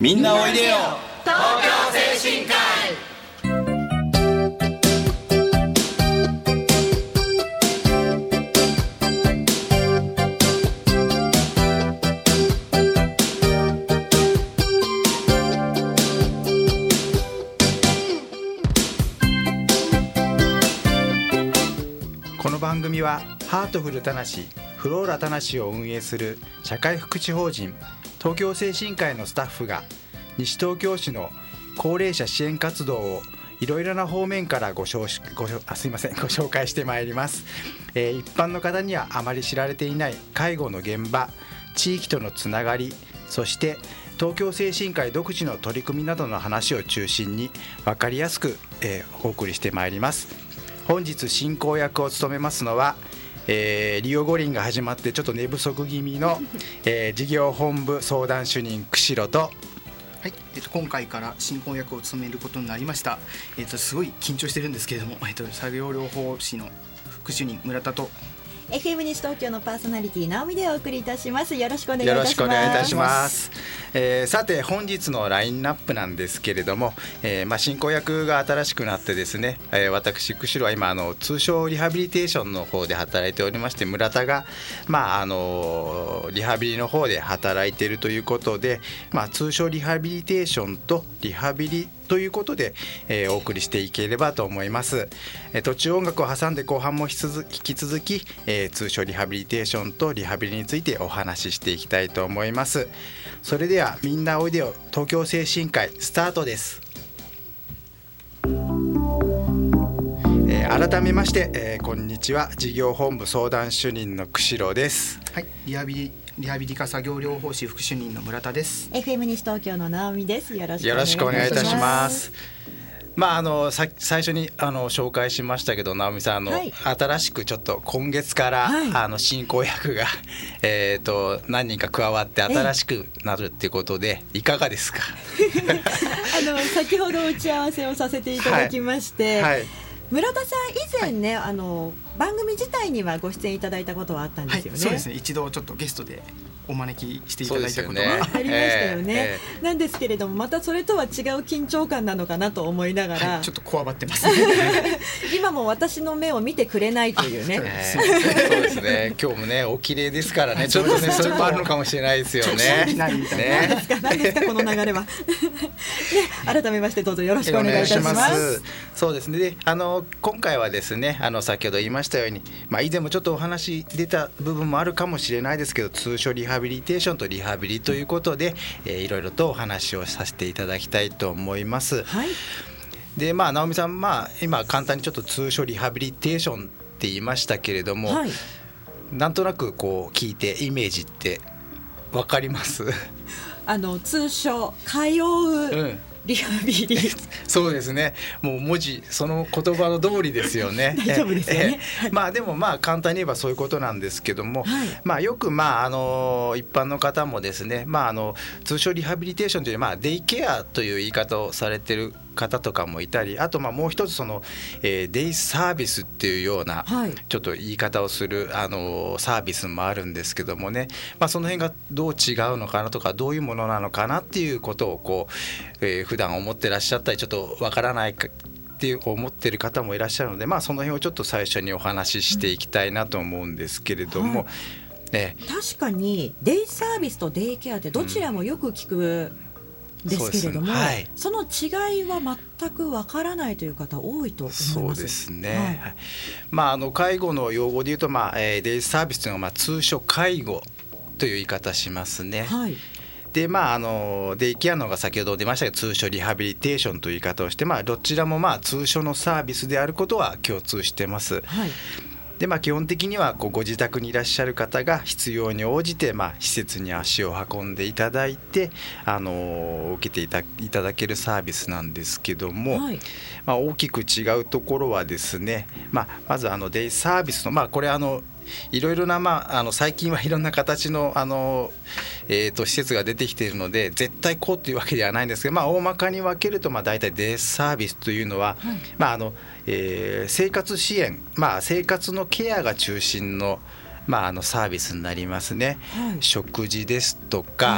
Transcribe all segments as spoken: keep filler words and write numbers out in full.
みんなおいでよ東京精神科医。 この番組はハートフルたなしフローラたなしを運営する社会福祉法人東京精神科医のスタッフが西東京市の高齢者支援活動をいろいろな方面からご紹ごあすいませんご紹介してまいります、えー、一般の方にはあまり知られていない介護の現場、地域とのつながり、そして東京精神科医独自の取り組みなどの話を中心に分かりやすく、えー、お送りしてまいります。本日進行役を務めますのは、えー、リオ五輪が始まってちょっと寝不足気味の、えー、事業本部相談主任釧路と、 はいえー、と今回から進行役を務めることになりました、えー、とすごい緊張してるんですけれども、えー、と作業療法士の副主任村田とエフエム 西東京のパーソナリティ直美でお送りいたします。よろしくお願いいたします。 よろしくお願いいたします、えー、さて本日のラインナップなんですけれども、えーまあ、進行役が新しくなってですね、えー、私釧路は今あの通称リハビリテーションの方で働いておりまして、村田が、まあ、あのリハビリの方で働いているということで、まあ、通称リハビリテーションとリハビリということで、えー、お送りしていければと思います、えー、途中音楽を挟んで後半も引き続き、えー、通称リハビリテーションとリハビリについてお話ししていきたいと思います。それではみんなおいでよ東京精神科医スタートです。えー、改めまして、えー、こんにちは。事業本部相談主任の釧路です。 はい、リハビリリハビリ科作業療法士副主任の村田です。 エフエム 西東京の直美です。よろしくお願いいたします。 よろしくお願いいたします。まあ、あのさ最初にあの紹介しましたけど、直美さんあの、はい、新しくちょっと今月から、はい、あの進行役が、えー、と何人か加わって新しくなるっていうことで、いかがですか？ あの先ほど打ち合わせをさせていただきまして、はいはい、村田さん以前ね、はい、あの番組自体にはご出演いただいたことはあったんですよね。 はい、そうですね。一度ちょっとゲストでお招きしていただいたことが、ね、 ありましたよね、 えーえー、なんですけれども、またそれとは違う緊張感なのかなと思いながら、 はい、ちょっとこわばってます今も私の目を見てくれないというね。 そうですね。今日もねお綺麗ですからね、ちょっとねそれもあるのかもしれないですよね。 ね、何ですか何ですかこの流れは、ね、改めましてどうぞよろしくお願いいたします。 そうですね。であの今回はですね、あの先ほど言いましたように、まあ、以前もちょっとお話出た部分もあるかもしれないですけど、通称リハビリテーションとリハビリということで、えー、いろいろとお話をさせていただきたいと思います。 はい。 でまあ直美さん、まあ、今簡単にちょっと通称リハビリテーションって言いましたけれども、はい、なんとなくこう聞いてイメージって分かります？ あの通称通う、うんリハビリそうですね。もう文字その言葉の通りですよね。 大丈夫ですよね。 ええまあでもまあ簡単に言えばそういうことなんですけども、はい、まあよくまああの一般の方もですね、まああの通称リハビリテーションというまあデイケアという言い方をされてる方とかもいたり、あとまあもう一つその、えー、デイサービスっていうような、はい、ちょっと言い方をするあのサービスもあるんですけどもね、まあ、その辺がどう違うのかなとか、どういうものなのかなっていうことをこう、えー、普段思ってらっしゃったり、ちょっとわからないかって思ってる方もいらっしゃるので、まあ、その辺をちょっと最初にお話ししていきたいなと思うんですけれども、 はいね、確かにデイサービスとデイケアってどちらもよく聞く、うんですけれども、 そ, はい、その違いは全くわからないという方多いと思います。 そうですね、はい、まあ、あの介護の用語でいうと、まあえー、デイサービスというのは、まあ、通称介護という言い方しますね。はい、でまあ、あのデイケアの方が先ほど出ましたけど通称リハビリテーションという言い方をして、まあ、どちらもまあ通称のサービスであることは共通してます。はい、でまあ、基本的にはこうご自宅にいらっしゃる方が必要に応じて、まあ、施設に足を運んでいただいて、あのー、受けていた、いただけるサービスなんですけども、はい、まあ、大きく違うところはですね、まあ、まずあのデイサービスの、まあ、これあのいろいろな、まあ、あの最近はいろんな形の、あの、えー、と施設が出てきているので絶対こうというわけではないんですけど、まあ、大まかに分けると、まあ、大体デイサービスというのは、はい、まああのえー、生活支援、まあ、生活のケアが中心の、まあ、あのサービスになりますね。はい、食事ですとか、はい、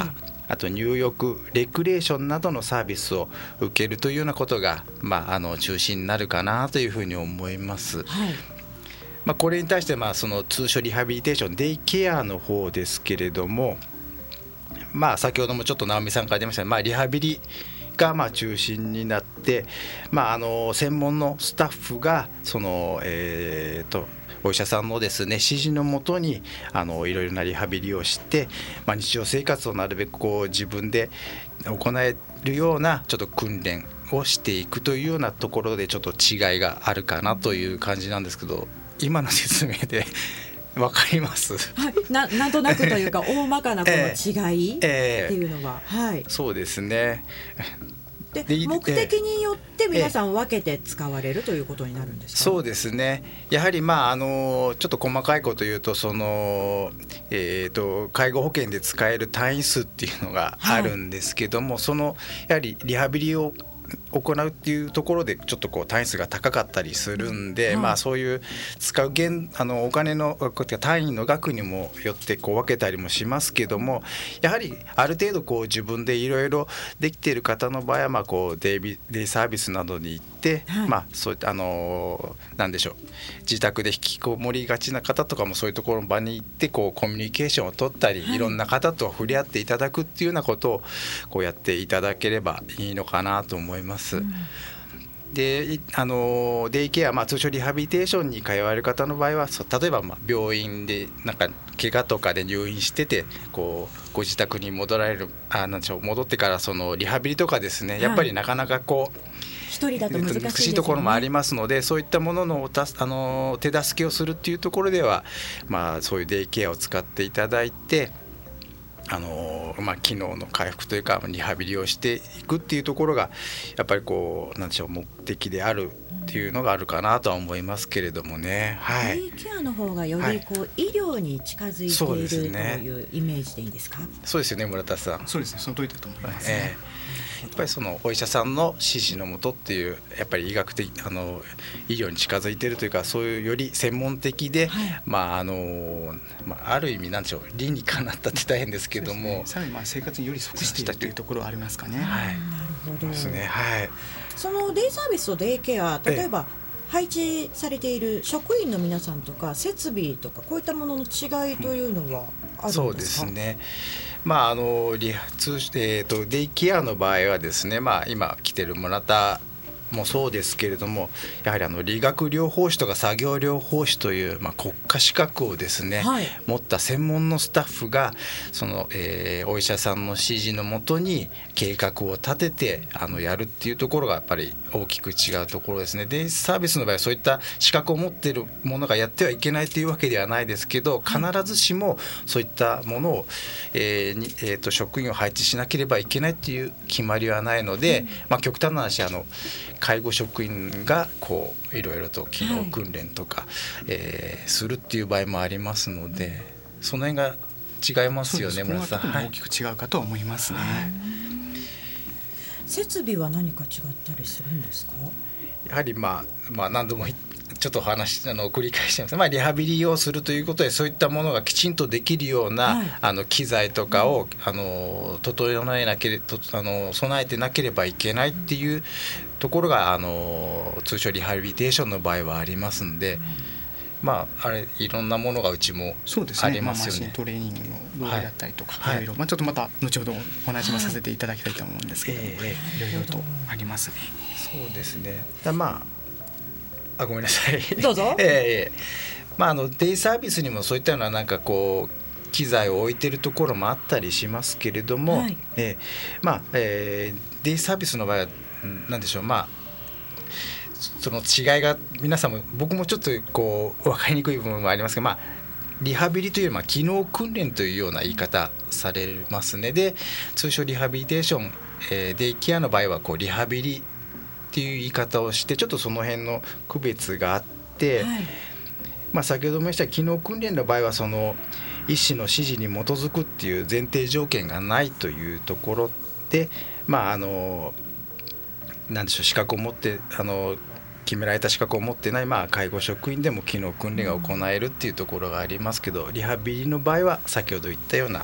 あと入浴、レクリエーションなどのサービスを受けるというようなことが、まあ、あの中心になるかなというふうに思います。 はい。 まあ、これに対してまあその通所リハビリテーションデイケアの方ですけれども、まあ、先ほどもちょっと直美さんから出ましたが、まあ、リハビリがまあ中心になって、まあ、あの専門のスタッフがその、えー、とお医者さんのですね指示のもとにあのいろいろなリハビリをして、まあ、日常生活をなるべくこう自分で行えるようなちょっと訓練をしていくというようなところでちょっと違いがあるかなという感じなんですけど、今の説明でわかります？ はい、な, なんとなくというか大まかなこの違いっていうのは、 えーえーはい、 そうですね。 で目的によって皆さん分けて使われるということになるんですか？ そうですね。やはりまああのちょっと細かいこと言うとその、えー、と介護保険で使える単位数っていうのがあるんですけども、はい、そのやはりリハビリを行うっていうところでちょっとこう単位数が高かったりするんで、はい、まあそういう使う現あのお金の単位の額にもよってこう分けたりもしますけども、やはりある程度こう自分でいろいろできている方の場合はまあこうデイビデイサービスなどに行って、はい、まあそういったあのなんでしょう自宅で引きこもりがちな方とかもそういうところの場に行ってこうコミュニケーションを取ったり、はい、いろんな方と触れ合っていただくっていうようなことをこうやっていただければいいのかなと思います。うん、であのデイケア、まあ、通称リハビリテーションに通われる方の場合は例えばまあ病院でなんか怪我とかで入院しててこうご自宅に戻られるあなんでしょう戻ってからそのリハビリとかですね、はい、やっぱりなかなかこう一人だと難しいですよね。 難しいところもありますので、そういったもののおたあの手助けをするっていうところでは、まあ、そういうデイケアを使っていただいてあのまあ、機能の回復というかリハビリをしていくっていうところがやっぱりこうなんでしょう目的であるっていうのがあるかなとは思いますけれどもね。はい、 デイケアの方がよりこう、はい、医療に近づいている、ね、というイメージでいいですか？ そうですよね、村田さん。 そうですね、その通りだと思いますね。 えーやっぱりそのお医者さんの指示のもとっていうやっぱり医学的あの医療に近づいているというかそういうより専門的で、はい、まああのまあ、ある意味なんでしょう理にかなったって大変ですけども、ね、 さらにまあ生活により即しているというところはありますかね。 はい、 なるほどですね。はい、 そのデイサービスとデイケア例えば、ええ配置されている職員の皆さんとか設備とかこういったものの違いというのはあるんですか？ そうですね。まああのリ通えーとデイケアの場合はですね、まあ今来てる村田もそうですけれども、やはりあの理学療法士とか作業療法士という、まあ、国家資格をですね、はい、持った専門のスタッフがその、えー、お医者さんの指示のもとに計画を立ててあのやるっていうところがやっぱり大きく違うところですね。デイサービスの場合はそういった資格を持っているものがやってはいけないというわけではないですけど、必ずしもそういったものを、えーにえー、と職員を配置しなければいけないっていう決まりはないので、うんまあ、極端な話あの介護職員がこういろいろと機能訓練とか、はいえー、するっていう場合もありますので、その辺が違いますよね。村田さん、 そこは大きく違うかと思いますね。はい、 設備は何か違ったりするんですか？ やはり、まあ、まあ何度もちょっとお話あの繰り返してます、まあ、リハビリをするということでそういったものがきちんとできるような、はい、あの機材とかを、うん、あの整えなけれとあの備えてなければいけないっていうところがあの通称リハビリテーションの場合はありますんで、うんまあ、あれいろんなものがうちもありますよね。 マシントレーニングの道具だったりとか、はいいろいろまあ、ちょっとまた後ほどお話もさせていただきたいと思うんですけども、はいえー、いろいろとありますね。 そうですね。だまあ、あごめんなさいどうぞ、 えーまあ、あのデイサービスにもそういったようななんかこう機材を置いてるところもあったりしますけれども、はいえーまあえー、デイサービスの場合は何でしょう、まあその違いが皆さんも僕もちょっとこう分かりにくい部分もありますが、まあ、リハビリというよりまあ機能訓練というような言い方されますね。で通称リハビリテーション、えー、デイケアの場合はこうリハビリっていう言い方をしてちょっとその辺の区別があって、はいまあ、先ほども言いました機能訓練の場合はその医師の指示に基づくっていう前提条件がないというところで、まああのなんでしょう資格を持ってあの決められた資格を持ってない、まあ、介護職員でも機能訓練が行えるっていうところがありますけど、リハビリの場合は先ほど言ったような、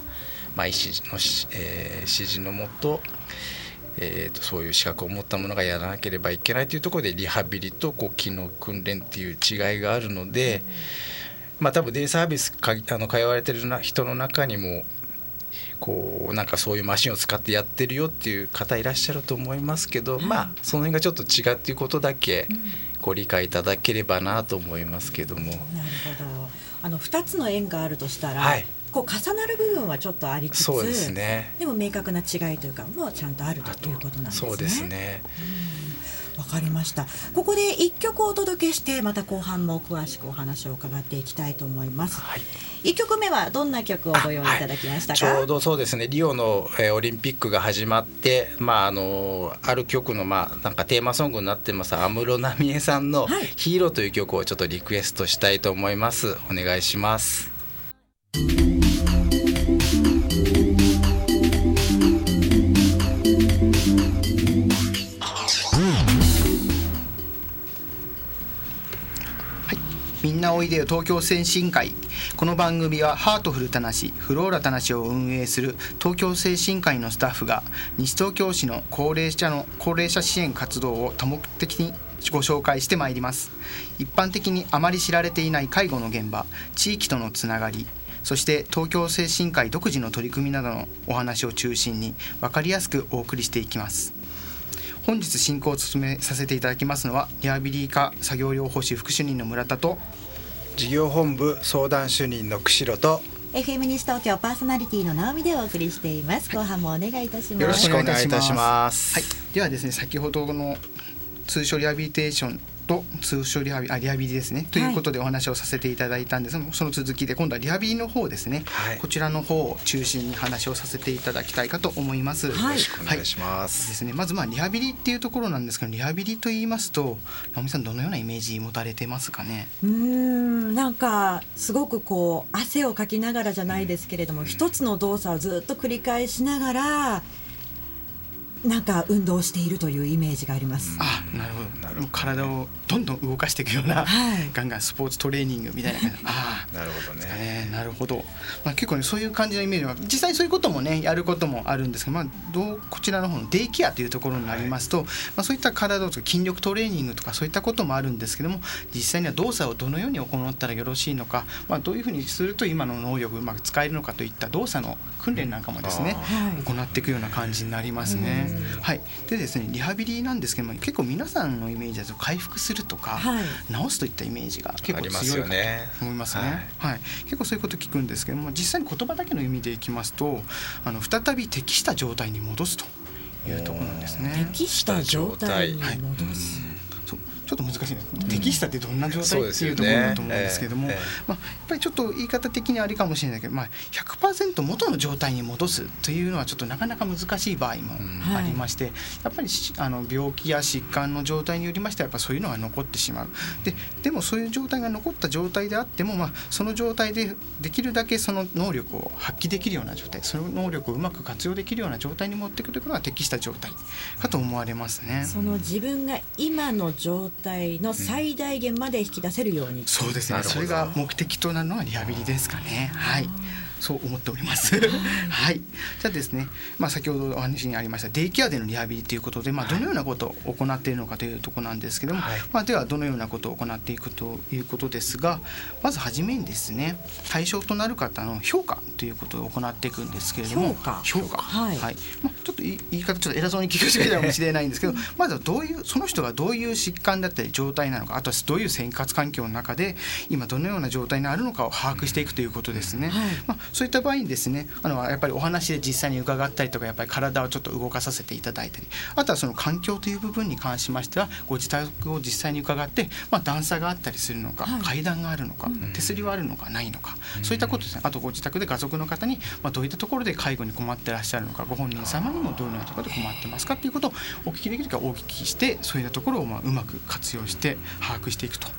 まあ、医師の、えー、指示のもと、えー、とそういう資格を持った者がやらなければいけないというところでリハビリとこう機能訓練っていう違いがあるので、まあ、多分デイサービスかあの通われてる人の中にもこうなんかそういうマシンを使ってやってるよっていう方いらっしゃると思いますけど、はい、まあその辺がちょっと違うっていうことだけご理解いただければなと思いますけども、うん、なるほど。あのふたつの円があるとしたら、 はい、 こう重なる部分はちょっとありつつ、 そうですね、 でも明確な違いというかもちゃんとあるということなんですね。 そうですね、 わかりました。ここでいっきょくお届けしてまた後半も詳しくお話を伺っていきたいと思います、はい、いっきょくめはどんな曲をご用意いただきましたか？ はい、ちょうどそうですね、リオの、えー、オリンピックが始まって、まあ、あのある曲の、まあ、なんかテーマソングになってます安室奈美恵さんの「ヒーロー」という曲をちょっとリクエストしたいと思います。お願いします。 みんなおいでよ東京精神科医。この番組はハートフルたなしフローラたなしを運営する東京精神科医のスタッフが西東京市の高齢者の高齢者支援活動を多目的にご紹介してまいります。一般的にあまり知られていない介護の現場、地域とのつながり、そして東京精神科医独自の取り組みなどのお話を中心に分かりやすくお送りしていきます。本日進行を務めさせていただきますのはリハビリ科作業療法士副主任の村田と事業本部相談主任の釧路とエフエム 西東京パーソナリティの直美でお送りしています。後半もお願いいたします。 よろしくお願いいたします。 はい、ではですね、先ほどの通所リハビリテーションと通所リハビリ、あ、リハビリですね、ということでお話をさせていただいたんですが、はい、その続きで今度はリハビリの方ですね、はい、こちらの方を中心に話をさせていただきたいかと思います。 はい、よろしくお願いします。 はい、ですね、まずまあリハビリっていうところなんですけど、リハビリと言いますと直美さんどのようなイメージ持たれてますかね？ うーんなんかすごくこう汗をかきながらじゃないですけれども、うん、一つの動作をずっと繰り返しながらなんか運動しているというイメージがあります。 あ、なるほど、なるほど。体をどんどん動かしていくような、はい、ガンガンスポーツトレーニングみたいな感じ。あなるほど ね, ねなるほど、まあ、結構ねそういう感じのイメージは実際そういうこともねやることもあるんですけど、まあ、どうこちらの方のデイケアというところになりますと、はい、まあ、そういった体を筋力トレーニングとかそういったこともあるんですけども、実際には動作をどのように行ったらよろしいのか、まあ、どういうふうにすると今の能力をうまく使えるのかといった動作の訓練なんかもですね、うん、行っていくような感じになりますね。はい、でですね、リハビリなんですけども、結構皆さんのイメージだと回復するとか、はい、治すといったイメージが結構強いかと思いますね。はいはい、結構そういうこと聞くんですけども、実際に言葉だけの意味でいきますと、あの再び適した状態に戻すというところなんですね。 適した状態に戻す、はい、 ちょっと難しいです、うん、適したってどんな状態っていうところだと思うんですけども、ねえーまあ、やっぱりちょっと言い方的にありかもしれないけど、まあ、ひゃくパーセント 元の状態に戻すというのはちょっとなかなか難しい場合もありまして、うん、やっぱりあの病気や疾患の状態によりましてはやっぱそういうのが残ってしまう。で、でもそういう状態が残った状態であっても、まあ、その状態でできるだけその能力を発揮できるような状態、その能力をうまく活用できるような状態に持っていくということが適した状態かと思われますね。 その自分が今の状態の最大限まで引き出せるように、うん、 そうですね、それが目的となるのはリハビリですかね。はい、そう思っておりますはい、じゃあですね、まあ、先ほどお話にありましたデイケアでのリハビリということで、まあ、どのようなことを行っているのかというところなんですけども、はい、まあ、ではどのようなことを行っていくということですが、まずはじめにですね、対象となる方の評価ということを行っていくんですけれども、 評価、 評価、 はい、 はい、まあ、ちょっと言い方ちょっと偉そうに聞くしかもしれないんですけどまずはどういうその人がどういう疾患だったり状態なのか、あとはどういう生活環境の中で今どのような状態にあるのかを把握していくということですね。はい、まあ、そういった場合にですね、あのやっぱりお話で実際に伺ったりとか、やっぱり体をちょっと動かさせていただいたり、あとはその環境という部分に関しましてはご自宅を実際に伺って、まあ、段差があったりするのか、はい、階段があるのか、うん、手すりはあるのかないのか、うん、そういったことですね。あとご自宅で家族の方に、まあ、どういったところで介護に困ってらっしゃるのか、ご本人様にもどのようなところで困ってますかということをお聞きできるかお聞きして、そういったところをまあうまく活用して把握していくと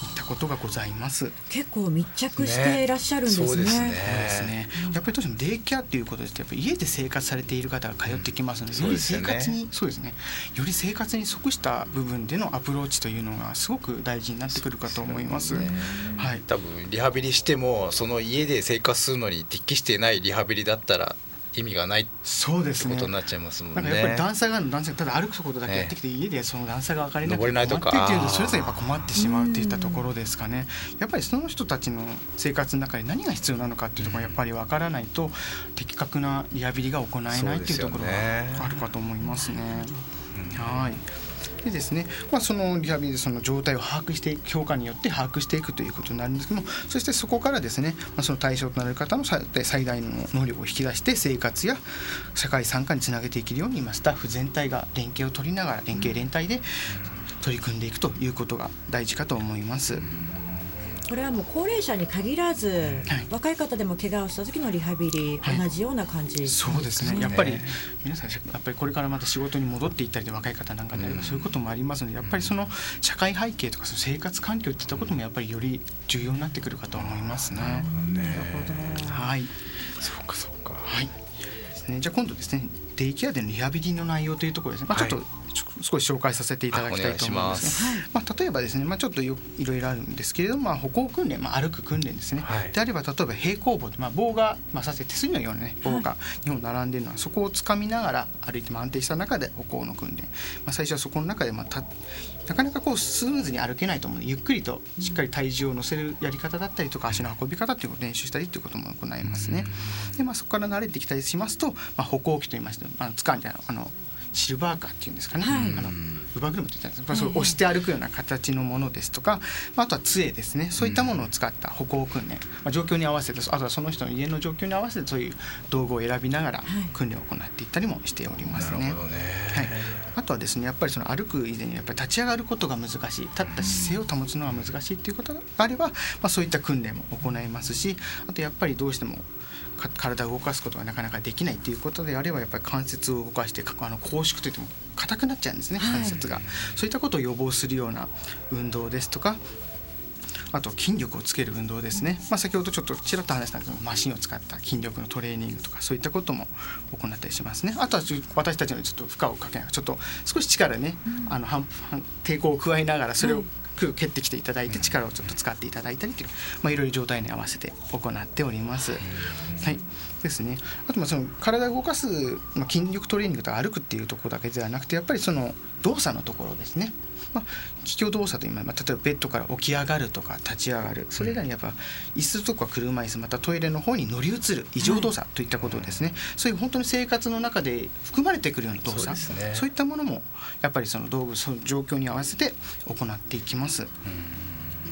たことがございます。 結構密着していらっしゃるんですね。 そうですね。 そうですね。やっぱりどうしてもデイケアっていうことですとやっぱり家で生活されている方が通ってきますので、うん、より生活にそうですね。より生活に即した部分でのアプローチというのがすごく大事になってくるかと思います。 ね、 はい。 多分リハビリしてもその家で生活するのに適していないリハビリだったら意味がないってことになっちゃいますもんね。 なんかやっぱり段差があるの段差ただ歩くことだけやってきて、ね、家でその段差が分かりなくて登れないとか困ってっていうそれぞれやっぱ困ってしまうっていったところですかね。やっぱりその人たちの生活の中で何が必要なのかっていうところがやっぱり分からないと的確なリハビリが行えないっていうところがあるかと思いますね。はい。でですね、まあ、そのリハビリでその状態を把握して評価によって把握していくということになるんですけども、そしてそこからですね、まあ、その対象となる方の最大の能力を引き出して生活や社会参加につなげていけるように、まあ、スタッフ全体が連携を取りながら連携連帯で取り組んでいくということが大事かと思います。 これはもう高齢者に限らず、はい、若い方でも怪我をした時のリハビリ、はい、同じような感じですね。 そうですね。やっぱり皆さんやっぱりこれからまた仕事に戻っていったりで若い方なんかになればそういうこともありますので、やっぱりその社会背景とかその生活環境っていったこともやっぱりより重要になってくるかと思いますね。なるほど。はい。 そうかそうか。 はい。ですね。じゃあ今度ですね、デイケアでのリハビリの内容というところですね。まあ、ちょっと、はい、少し紹介させていただきたいと思いますね。まあ、例えばですね、まあ、ちょっとよいろいろあるんですけれども、まあ、歩行訓練、まあ、歩く訓練ですね、はい、であれば例えば平行棒で、まあ、棒が、まあ、させ手すりのような、ね、棒がにほん並んでいるのは、そこをつかみながら歩いて安定した中で歩行の訓練、まあ、最初はそこの中で、まあ、たなかなかこうスムーズに歩けないと思うのでゆっくりとしっかり体重を乗せるやり方だったりとか足の運び方ということを練習したりということも行いますね。で、まあ、そこから慣れてきたりしますと、まあ、歩行器といいまして、あの掴んであのあのシルバーカーっていうんですかね、はい、あの乳母車って言ったんですけど、それを押して歩くような形のものですとか、まあ、あとは杖ですね、そういったものを使った歩行訓練、まあ、状況に合わせて、あとはその人の家の状況に合わせてそういう道具を選びながら訓練を行っていったりもしておりますね。なるほどね。はい。あとはですね、やっぱりその歩く以前にやっぱり立ち上がることが難しい、立った姿勢を保つのが難しいっていうことがあれば、まあ、そういった訓練も行いますし、あとやっぱりどうしても体を動かすことがなかなかできないということであれば、やっぱり関節を動かしてあの拘縮といっても硬くなっちゃうんですね、関節が、はい、そういったことを予防するような運動ですとか、あと筋力をつける運動ですね、まあ、先ほどちょっとちらっと話したんですけどマシンを使った筋力のトレーニングとかそういったことも行ったりしますね。あとは私たちのちょっと負荷をかけながらちょっと少し力ね、うん、あの反抵抗を加えながらそれを、はい、蹴ってきていただいて力をちょっと使っていただいたりという、まあ、いろいろ状態に合わせて行っております。はいですね。あとまあその体を動かす、まあ、筋力トレーニングとか歩くっていうところだけではなくて、やっぱりその動作のところですね。まあ、気境動作という、まあ、例えばベッドから起き上がるとか立ち上がる、それ以外にやっぱ椅子とか車椅子またトイレの方に乗り移る異常動作といったことですね、はい、そういう本当に生活の中で含まれてくるような動作、 そうですね、そういったものもやっぱりその道具その状況に合わせて行っていきます。うん、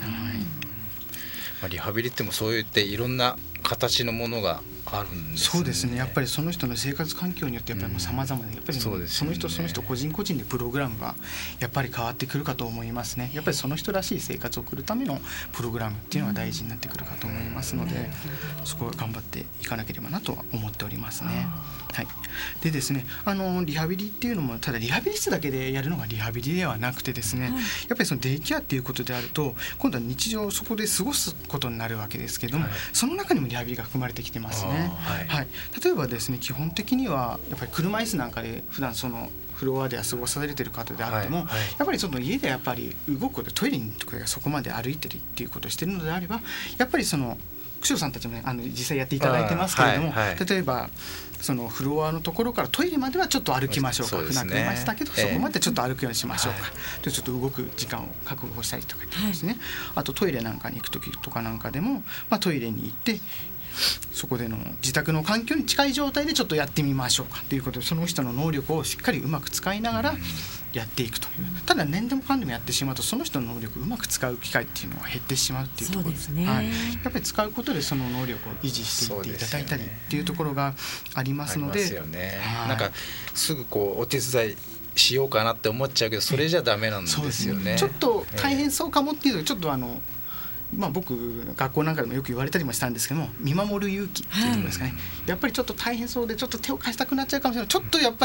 はい、まあ、リハビリってもそういっていろんな形のものがあるんですね。 そうですね。やっぱりその人の生活環境によってやっぱり様々で、やっぱりその人その人個人個人でプログラムがやっぱり変わってくるかと思いますね。やっぱりその人らしい生活を送るためのプログラムっていうのは大事になってくるかと思いますので、そこは頑張っていかなければなとは思っておりますね。はい、でですね、あのリハビリっていうのもただリハビリ室だけでやるのがリハビリではなくてですね、やっぱりそのデイケアっていうことであると今度は日常そこで過ごすことになるわけですけども、はい、その中にもリハビリが含まれてきてますね。はいはい、例えばですね、基本的にはやっぱり車椅子なんかで普段そのフロアでは過ごされている方であっても、はいはい、やっぱりその家でやっぱり動くことでトイレにとかそこまで歩いてるっていうことをしているのであれば、やっぱりその久代さんたちも、ね、あの実際やっていただいてますけれども、はいはい、例えばそのフロアのところからトイレまではちょっと歩きましょうか、普段出ましたけど、えー、そこまでちょっと歩くようにしましょうか、はい、でちょっと動く時間を確保したりとかですね、はい、あとトイレなんかに行く時とかなんかでも、まあ、トイレに行ってそこでの自宅の環境に近い状態でちょっとやってみましょうかということで、その人の能力をしっかりうまく使いながらやっていくという、ただ何でもかんでもやってしまうとその人の能力をうまく使う機会っていうのは減ってしまうっていうところですね。はい、やっぱり使うことでその能力を維持していっていただいたりっていうところがありますので、 ありますよね。はい、なんかすぐこうお手伝いしようかなって思っちゃうけどそれじゃダメなんですよね。 ちょっと大変そうかもっていうとちょっとあのまあ、僕学校なんかでもよく言われたりもしたんですけども、見守る勇気っていうところですかね、はい、やっぱりちょっと大変そうでちょっと手を貸したくなっちゃうかもしれない、ちょっとやっぱり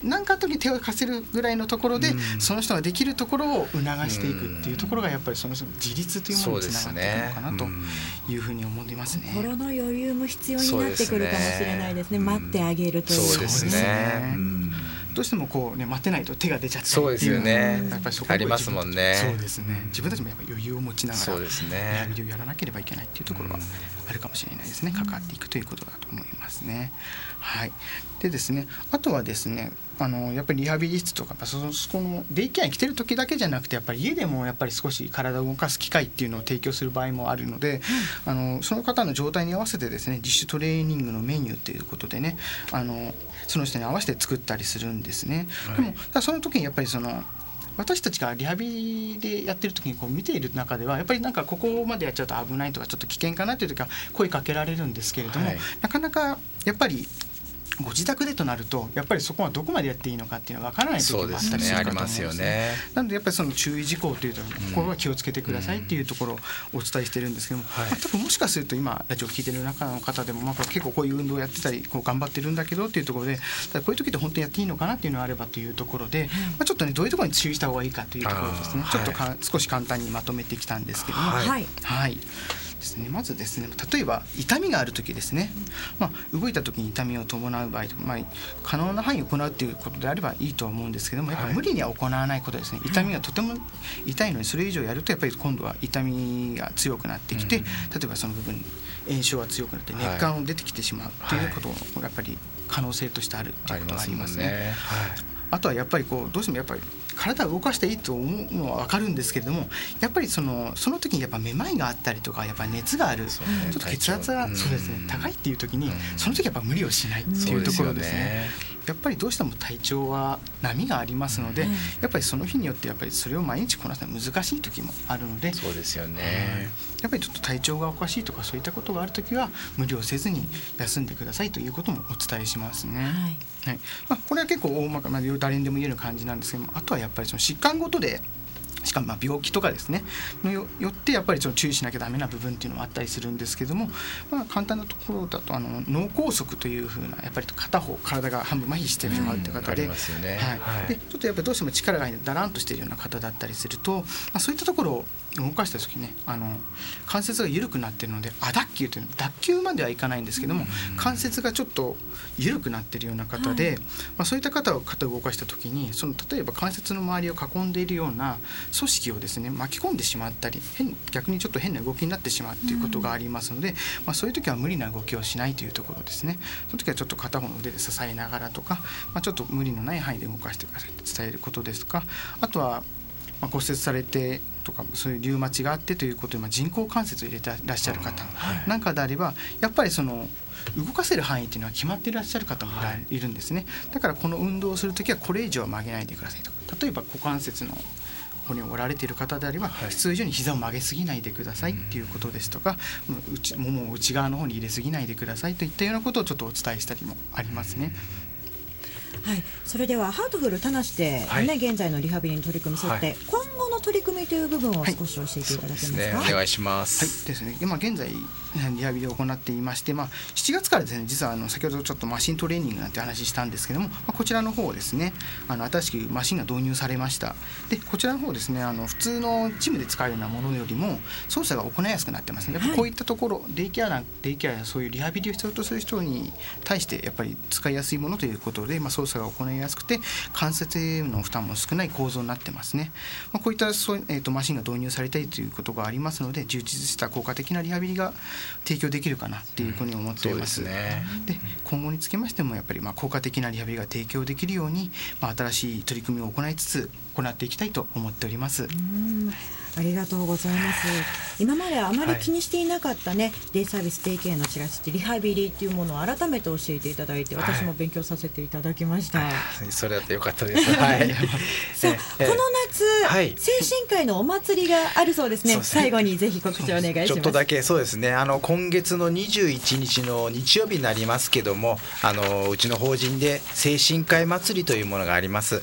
何かあった時に手を貸せるぐらいのところで、うん、その人ができるところを促していくっていうところがやっぱりその人の自立というものにつながっていくのかなというふうに思っていますね。 心の余裕も必要になってくるかもしれないですね。待ってあげるという。 そうですね。 どうしてもこうね待ってないと手が出ちゃったりそうですよね。 やっぱりそこありますもんね。 そうですね。自分たちもやっぱ余裕を持ちながらそうですね。 リハビリをやらなければいけないっていうところはあるかもしれないですね。関わっていくということだと思いますね。はい。でですね、あとはですね、あのやっぱりリハビリ室とかそのそこのデイケアに来てる時だけじゃなくてやっぱり家でもやっぱり少し体を動かす機会っていうのを提供する場合もあるので、うん、あのその方の状態に合わせてですね自主トレーニングのメニューということでねあのその人に合わせて作ったりするんですね。はい、でもその時にやっぱりその私たちがリハビリでやってる時にこう見ている中ではやっぱりなんかここまでやっちゃうと危ないとかちょっと危険かなという時は声かけられるんですけれども、はい、なかなかやっぱりご自宅でとなるとやっぱりそこはどこまでやっていいのかっていうのは分からない時もあったりするかと思うんですね。なのでやっぱりその注意事項というところは気をつけてくださいっていうところをお伝えしてるんですけども、うんまあ、多分もしかすると今ラジオ聞いてる中の方でもまあ結構こういう運動をやってたりこう頑張ってるんだけどっていうところでこういう時って本当にやっていいのかなっていうのがあればというところで、まあ、ちょっとねどういうところに注意した方がいいかというところですねちょっとか、はい、少し簡単にまとめてきたんですけども、はい、はいですね、まずですね例えば痛みがある時ですね、まあ、動いた時に痛みを伴う場合、まあ、可能な範囲を行うということであればいいとは思うんですけどもやっぱり無理には行わないことですね。痛みがとても痛いのにそれ以上やるとやっぱり今度は痛みが強くなってきて、うん、例えばその部分炎症が強くなって熱感を出てきてしまうということもやっぱり可能性としてあるということがありますね。はい、あとはやっぱりこうどうしてもやっぱり体を動かしていいと思うのは分かるんですけれどもやっぱりそのその時にやっぱめまいがあったりとかやっぱ熱がある、ね、ちょっと血圧がそうですね高いっていう時にその時やっぱ無理をしないっていうところですね。やっぱりどうしても体調は波がありますので、うん、やっぱりその日によってやっぱりそれを毎日こなすのは難しい時もあるのでそうですよね。 やっぱりちょっと体調がおかしいとかそういったことがある時は無理をせずに休んでくださいということもお伝えしますね。はいはいまあ、これは結構大まか、まあ、誰にでも言える感じなんですけどもあとはやっぱりその疾患ごとでしかもまあ病気とかですねの よ, よってやっぱりちょっと注意しなきゃダメな部分っていうのもあったりするんですけども、まあ、簡単なところだとあの脳梗塞というふうなやっぱり片方体が半分麻痺してしまうという方で、うんねはい、でちょっとやっぱりどうしても力が入ってだらんとしているような方だったりすると、まあ、そういったところを動かした時にねあの関節が緩くなっているので亜脱臼というの脱臼まではいかないんですけども、うん、関節がちょっと緩くなっているような方で、はいまあ、そういった方を肩を動かした時にその例えば関節の周りを囲んでいるような組織をですね巻き込んでしまったり変逆にちょっと変な動きになってしまうということがありますので、うんまあ、そういう時は無理な動きをしないというところですね。その時はちょっと片方の腕で支えながらとか、まあ、ちょっと無理のない範囲で動かしてくださいと伝えることですとかあとはまあ骨折されてとかそういうリウマチがあってということで、まあ、人工関節を入れてらっしゃる方なんかであればやっぱりその動かせる範囲っていうのは決まっていらっしゃる方もいるんですね。だからこの運動をするときはこれ以上は曲げないでくださいとか例えば股関節の骨を折られている方であれば普通以上に膝を曲げすぎないでくださいっていうことですとか内ももを内側の方に入れすぎないでくださいといったようなことをちょっとお伝えしたりもありますね。 はい、それではハートフル田無で、ねはい、現在のリハビリの取り組みそして、はい、今後の取り組みという部分を少し教えていただけますか。はい、そうですね、 お願いします。 はいですね、今現在リハビリを行っていまして、まあ、しちがつからですね実はあの先ほどちょっとマシントレーニングなんて話したんですけども、まあ、こちらの方をですねあの新しくマシンが導入されました。でこちらの方ですねあの普通のジムで使うようなものよりも操作が行いやすくなってますね。やっぱこういったところ、はい、デイケアなデイケアやそういうリハビリを必要とする人に対してやっぱり使いやすいものということで、まあ、操作が行いやすくて関節への負担も少ない構造になってますね。まあ、こういったそう、えーと、マシンが導入されたりということがありますので充実した効果的なリハビリが提供できるかなっていうふうに思っています。うん、そうですね。で今後につきましてもやっぱりまあ効果的なリハビリが提供できるように、まあ、新しい取り組みを行いつつ行っていきたいと思っております。 うんありがとうございます。今まであまり気にしていなかったね、はい、デイサービスデイケアのチラシってリハビリっていうものを改めて教えていただいて私も勉強させていただきました。はい、 それだってよかったです。はい、 さあ、えー、この夏、はい、精神科医のお祭りがあるそうですね。最後にぜひ告知をお願いします。 ちょっとだけそうですねあの今月のにじゅういちにちの日曜日になりますけどもあのうちの法人で精神科医祭りというものがあります。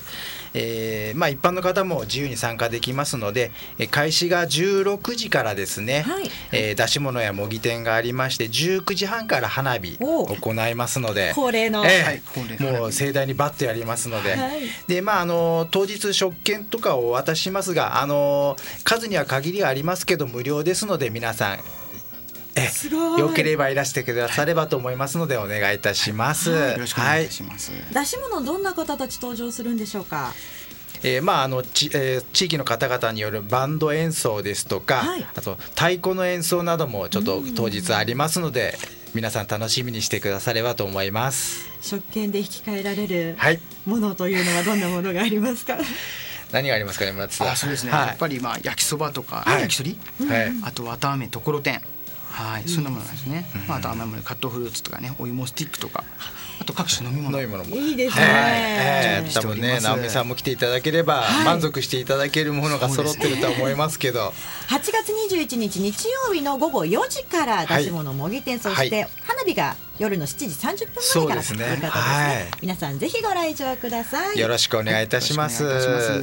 えーまあ、一般の方も自由に参加できますので、開始がじゅうろくじからですね、はい、えー、出し物や模擬店がありまして、じゅうくじはんから花火を行いますので、 恒例の、 えー、もう盛大にバッとやりますので、はい、でまあ、あの当日食券とかをお渡ししますが、あの数には限りがありますけど無料ですので、皆さんえよければいらしてくださればと思いますので、お願いいたします、はい、 よろしくお願いいたします、はい、 出し物どんな方たち登場するんでしょうか。 えーまあ、あのち、えー、地域の方々によるバンド演奏ですとか、はい、あと太鼓の演奏などもちょっと当日ありますので、皆さん楽しみにしてくださればと思います。 食券で引き換えられるものというのはどんなものがありますか。 何がありますかね、村津さん。 あ、そうですね、はい、やっぱりまあ焼きそばとか、はい、焼き鳥、はい、あと綿あめところてん、はい、そんなものなんですね、うん、まあ、あと甘いものカットフルーツとかね、お芋スティックとか、あと各種飲み物、 飲み物もいいですね、はい、 えー、多分ね、直美さんも来ていただければ、はい、満足していただけるものが揃ってるとは思いますけど、 はちがつにじゅういちにち日曜日のごごよじから出し物模擬店、そして花火が夜のしちじさんじゅっぷんまえからということですね、はい、皆さんぜひご来場ください。 よろしくお願いいたします。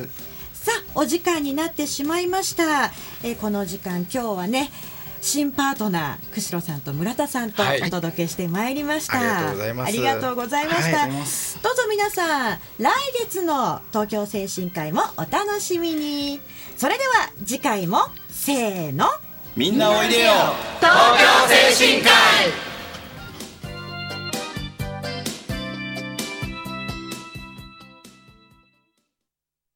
さあ、お時間になってしまいました、えー、この時間今日はね、新パートナー釧路さんと村田さんとお届けしてまいりました、はい、 ありがとうございます。 ありがとうございました、はい、どうぞ皆さん来月の東京精神科医もお楽しみに。それでは次回もせーの、 みんなおいでよ東京精神科医。